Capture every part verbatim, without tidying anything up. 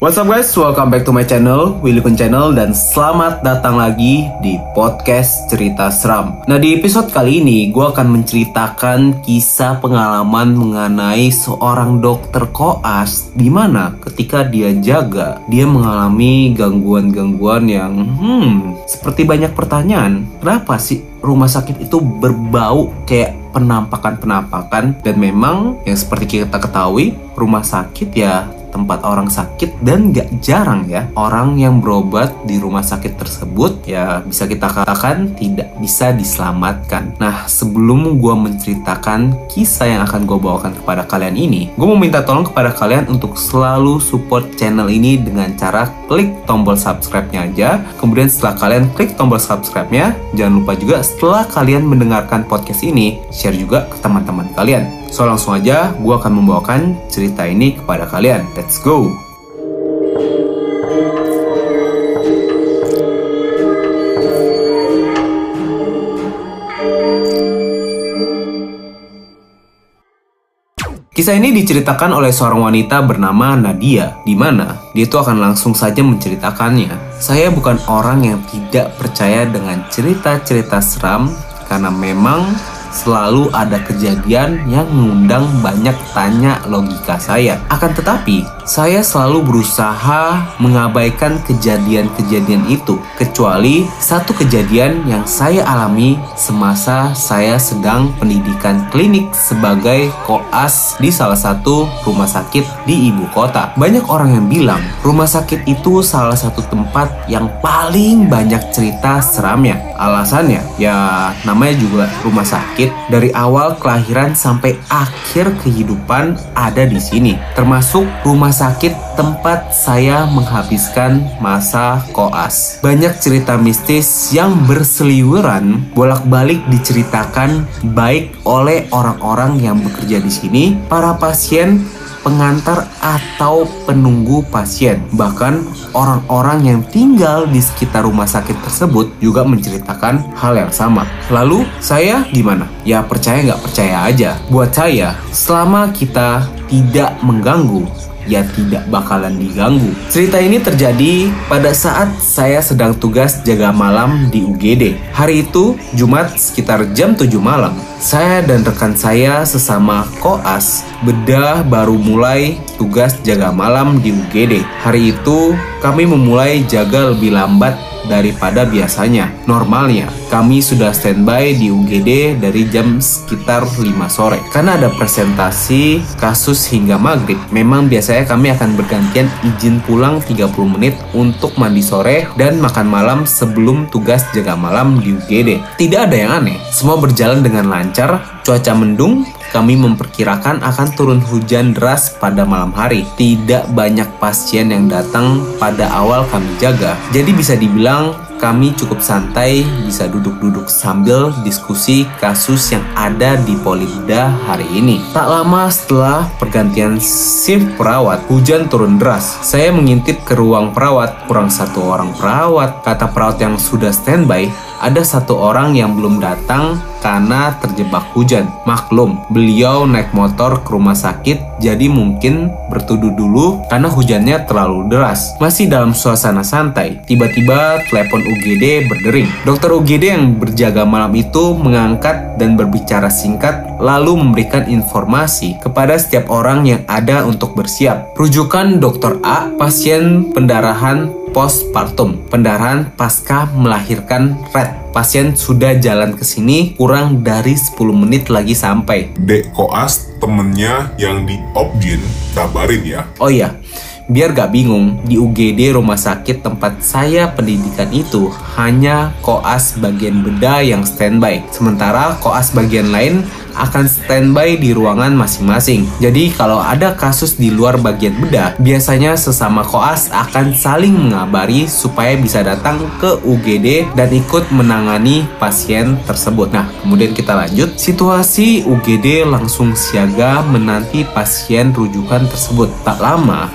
What's up guys, welcome back to my channel, Willy Kun Channel, dan selamat datang lagi di podcast Cerita Seram. Nah, di episode kali ini gue akan menceritakan kisah pengalaman mengenai seorang dokter koas, dimana ketika dia jaga, dia mengalami gangguan-gangguan yang hmm, seperti banyak pertanyaan. Kenapa sih rumah sakit itu berbau kayak penampakan-penampakan? Dan memang yang seperti kita ketahui, rumah sakit ya tempat orang sakit, dan gak jarang ya orang yang berobat di rumah sakit tersebut ya bisa kita katakan tidak bisa diselamatkan. Nah, sebelum gue menceritakan kisah yang akan gue bawakan kepada kalian ini, gue mau minta tolong kepada kalian untuk selalu support channel ini dengan cara klik tombol subscribe-nya aja. Kemudian setelah kalian klik tombol subscribe-nya, jangan lupa juga setelah kalian mendengarkan podcast ini, share juga ke teman-teman kalian. So langsung aja gue akan membawakan cerita ini kepada kalian. Let's go! Kisah ini diceritakan oleh seorang wanita bernama Nadia, di mana dia itu akan langsung saja menceritakannya. Saya bukan orang yang tidak percaya dengan cerita-cerita seram, karena memang selalu ada kejadian yang mengundang banyak tanya logika saya. Akan tetapi, saya selalu berusaha mengabaikan kejadian-kejadian itu, kecuali satu kejadian yang saya alami semasa saya sedang pendidikan klinik sebagai koas di salah satu rumah sakit di ibu kota. Banyak orang yang bilang rumah sakit itu salah satu tempat yang paling banyak cerita seramnya. Alasannya, ya namanya juga rumah sakit. Dari awal kelahiran sampai akhir kehidupan ada di sini, termasuk rumah sakit tempat saya menghabiskan masa koas. Banyak cerita mistis yang berseliweran bolak-balik diceritakan baik oleh orang-orang yang bekerja di sini, para pasien, pengantar atau penunggu pasien, bahkan orang-orang yang tinggal di sekitar rumah sakit tersebut juga menceritakan hal yang sama. Lalu saya gimana? Ya percaya nggak percaya aja. Buat saya, selama kita tidak mengganggu, ya tidak bakalan diganggu. Cerita ini terjadi pada saat saya sedang tugas jaga malam di U G D. Hari itu Jumat sekitar jam tujuh malam. Saya dan rekan saya sesama koas bedah baru mulai tugas jaga malam di U G D. Hari itu kami memulai jaga lebih lambat daripada biasanya. Normalnya kami sudah standby di U G D dari jam sekitar lima sore. Karena ada presentasi kasus hingga maghrib, memang biasanya kami akan bergantian izin pulang tiga puluh menit untuk mandi sore dan makan malam sebelum tugas jaga malam di U G D. Tidak ada yang aneh, semua berjalan dengan lancar. Cuaca mendung, kami memperkirakan akan turun hujan deras pada malam hari. Tidak banyak pasien yang datang pada awal kami jaga, jadi bisa dibilang kami cukup santai, bisa duduk-duduk sambil diskusi kasus yang ada di Polida hari ini. Tak lama setelah pergantian shift perawat, hujan turun deras. Saya mengintip ke ruang perawat, kurang satu orang perawat. Kata perawat yang sudah standby, ada satu orang yang belum datang karena terjebak hujan. Maklum, beliau naik motor ke rumah sakit, jadi mungkin berteduh dulu karena hujannya terlalu deras. Masih dalam suasana santai, tiba-tiba telepon U G D berdering. Dokter U G D yang berjaga malam itu mengangkat dan berbicara singkat, lalu memberikan informasi kepada setiap orang yang ada untuk bersiap. Rujukan dokter A, pasien pendarahan postpartum, pendarahan pasca melahirkan red. Pasien sudah jalan ke sini kurang dari sepuluh menit lagi sampai. Dek koas temennya yang di Opjin kabarin ya. Oh iya, biar gak bingung, di U G D rumah sakit tempat saya pendidikan itu hanya koas bagian bedah yang standby, sementara koas bagian lain akan standby di ruangan masing-masing. Jadi kalau ada kasus di luar bagian bedah, biasanya sesama koas akan saling mengabari supaya bisa datang ke U G D dan ikut menangani pasien tersebut. Nah, kemudian kita lanjut. Situasi U G D langsung siaga menanti pasien rujukan tersebut. Tak lama, pintu U G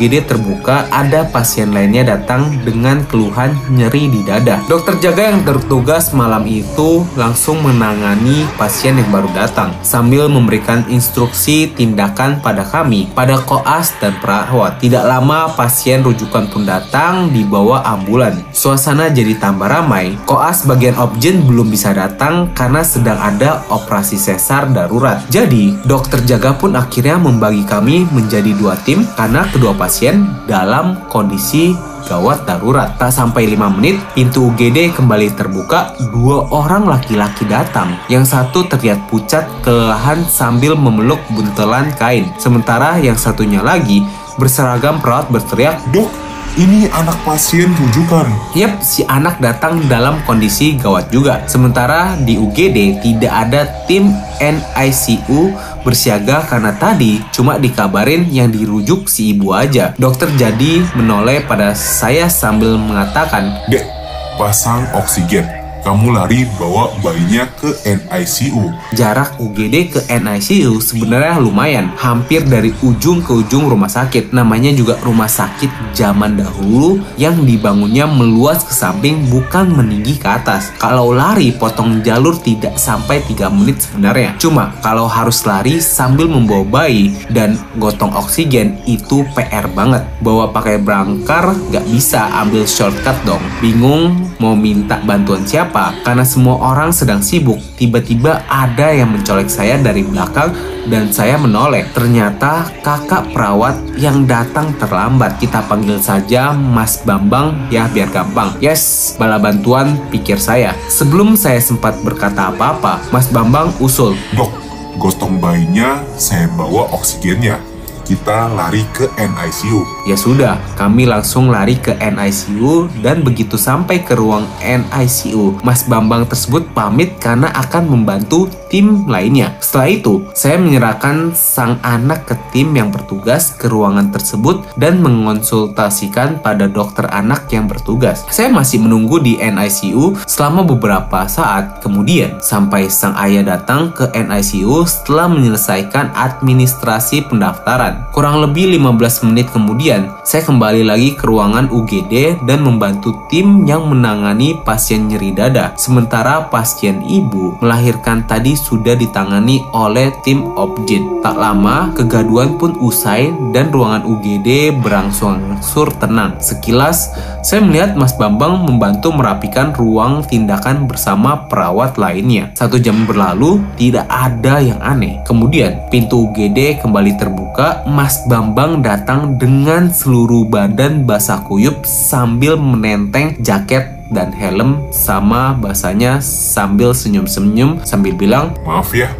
G D terbuka, ada pasien lainnya datang dengan keluhan nyeri di dada. Dokter jaga yang bertugas malam itu langsung menangani pasien yang baru datang sambil memberikan instruksi tindakan pada kami, pada koas dan perawat. Tidak lama pasien rujukan pun datang dibawa ambulan. Suasana jadi tambah ramai. Koas bagian obgyn belum bisa datang karena sedang ada operasi sesar darurat. Jadi dokter jaga pun akhirnya membagi kami menjadi dua tim karena kedua pasien dalam kondisi gawat darurat. Tak sampai lima menit, pintu U G D kembali terbuka. Dua orang laki-laki datang. Yang satu terlihat pucat, kelelahan sambil memeluk buntelan kain. Sementara yang satunya lagi berseragam perawat berteriak, "Dok, ini anak pasien rujukan." Yap, si anak datang dalam kondisi gawat juga. Sementara di U G D tidak ada tim N I C U bersiaga karena tadi cuma dikabarin yang dirujuk si ibu aja. Dokter jadi menoleh pada saya sambil mengatakan, "Dek, pasang oksigen. Kamu lari bawa bayinya ke N I C U." Jarak U G D ke N I C U sebenarnya lumayan, hampir dari ujung ke ujung rumah sakit. Namanya juga rumah sakit zaman dahulu yang dibangunnya meluas ke samping, bukan meninggi ke atas. Kalau lari potong jalur tidak sampai tiga menit sebenarnya. Cuma kalau harus lari sambil membawa bayi dan gotong oksigen itu P R banget. Bawa pakai brangkar gak bisa, ambil shortcut dong. Bingung mau minta bantuan siapa karena semua orang sedang sibuk. Tiba-tiba ada yang mencolek saya dari belakang dan saya menoleh. Ternyata kakak perawat yang datang terlambat. Kita panggil saja Mas Bambang ya biar gampang. Yes, bala bantuan, pikir saya. Sebelum saya sempat berkata apa-apa, Mas Bambang usul, "Dok, gotong bayinya, saya bawa oksigennya. Kita lari ke N I C U." Ya sudah, kami langsung lari ke N I C U dan begitu sampai ke ruang N I C U, Mas Bambang tersebut pamit karena akan membantu tim lainnya. Setelah itu, saya menyerahkan sang anak ke tim yang bertugas ke ruangan tersebut dan mengonsultasikan pada dokter anak yang bertugas. Saya masih menunggu di N I C U selama beberapa saat. Kemudian, sampai sang ayah datang ke N I C U setelah menyelesaikan administrasi pendaftaran. Kurang lebih lima belas menit kemudian, saya kembali lagi ke ruangan U G D dan membantu tim yang menangani pasien nyeri dada. Sementara pasien ibu melahirkan tadi sudah ditangani oleh tim obgyn. Tak lama, kegaduhan pun usai dan ruangan U G D berangsur-angsur tenang. Sekilas, saya melihat Mas Bambang membantu merapikan ruang tindakan bersama perawat lainnya. Satu jam berlalu, tidak ada yang aneh. Kemudian, pintu U G D kembali terbuka. Mas Bambang datang dengan seluruh badan basah kuyup sambil menenteng jaket dan helm sama basahnya sambil senyum-senyum sambil bilang, "Maaf ya,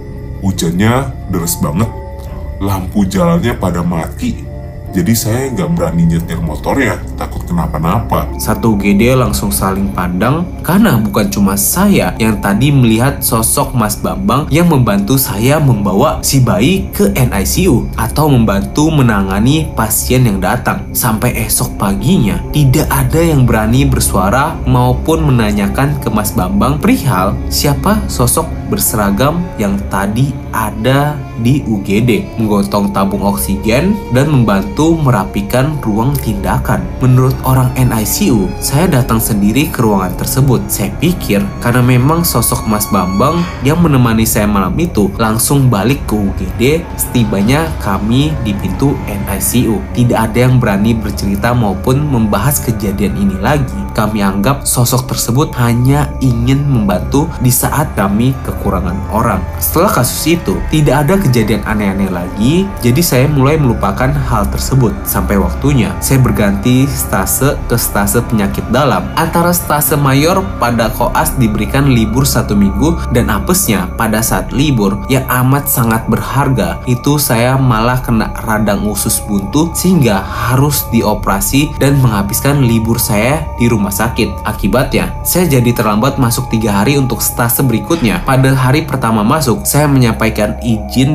hujannya deras banget. Lampu jalannya pada mati. Jadi saya nggak berani nyetir motornya, takut kenapa-napa." Satu U G D langsung saling pandang karena bukan cuma saya yang tadi melihat sosok Mas Bambang yang membantu saya membawa si bayi ke N I C U atau membantu menangani pasien yang datang. Sampai esok paginya tidak ada yang berani bersuara maupun menanyakan ke Mas Bambang perihal siapa sosok berseragam yang tadi ada di U G D, menggotong tabung oksigen dan membantu merapikan ruang tindakan. Menurut orang N I C U, saya datang sendiri ke ruangan tersebut. Saya pikir karena memang sosok Mas Bambang yang menemani saya malam itu langsung balik ke U G D. Setibanya kami di pintu N I C U, tidak ada yang berani bercerita maupun membahas kejadian ini lagi. Kami anggap sosok tersebut hanya ingin membantu di saat kami kekurangan orang. Setelah kasus itu, tidak ada kejadian aneh-aneh lagi, jadi saya mulai melupakan hal tersebut. Sampai waktunya, saya berganti stase ke stase penyakit dalam. Antara stase mayor pada koas diberikan libur satu minggu, dan apesnya pada saat libur yang amat sangat berharga, itu saya malah kena radang usus buntu sehingga harus dioperasi dan menghabiskan libur saya di rumah sakit. Akibatnya, saya jadi terlambat masuk tiga hari untuk stase berikutnya. Pada hari pertama masuk, saya menyampaikan izin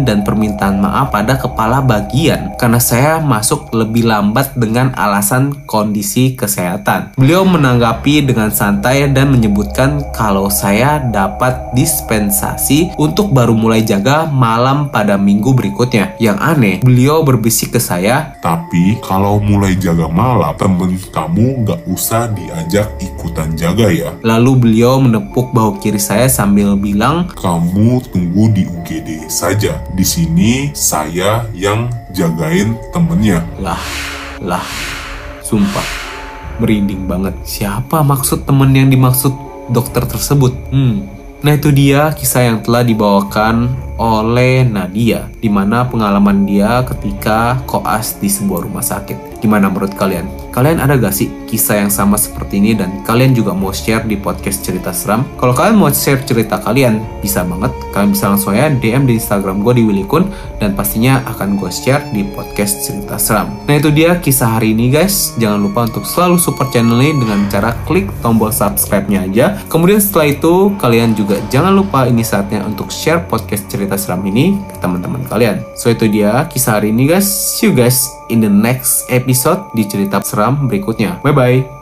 izin dan permintaan maaf pada kepala bagian karena saya masuk lebih lambat dengan alasan kondisi kesehatan. Beliau menanggapi dengan santai dan menyebutkan kalau saya dapat dispensasi untuk baru mulai jaga malam pada minggu berikutnya. Yang aneh, beliau berbisik ke saya, "Tapi kalau mulai jaga malam, temen kamu nggak usah diajak ikutan jaga ya." Lalu beliau menepuk bahu kiri saya sambil bilang, "Kamu tunggu di U G D saja. Di sini saya yang jagain temennya." Lah, lah, sumpah, merinding banget. Siapa maksud temen yang dimaksud dokter tersebut? Hmm. Nah, itu dia kisah yang telah dibawakan oleh Nadia, di mana pengalaman dia ketika koas di sebuah rumah sakit. Gimana menurut kalian? Kalian ada gak sih kisah yang sama seperti ini dan kalian juga mau share di podcast Cerita Seram? Kalau kalian mau share cerita kalian, bisa banget. Kalian bisa langsung ya D M di Instagram gue di Willy Kun, dan pastinya akan gue share di podcast Cerita Seram. Nah, itu dia kisah hari ini guys. Jangan lupa untuk selalu support channel ini dengan cara klik tombol subscribe-nya aja. Kemudian setelah itu kalian juga jangan lupa ini saatnya untuk share podcast Cerita Seram ini ke teman-teman kalian. So itu dia kisah hari ini guys. See you guys in the next episode di Cerita Seram berikutnya. Bye bye.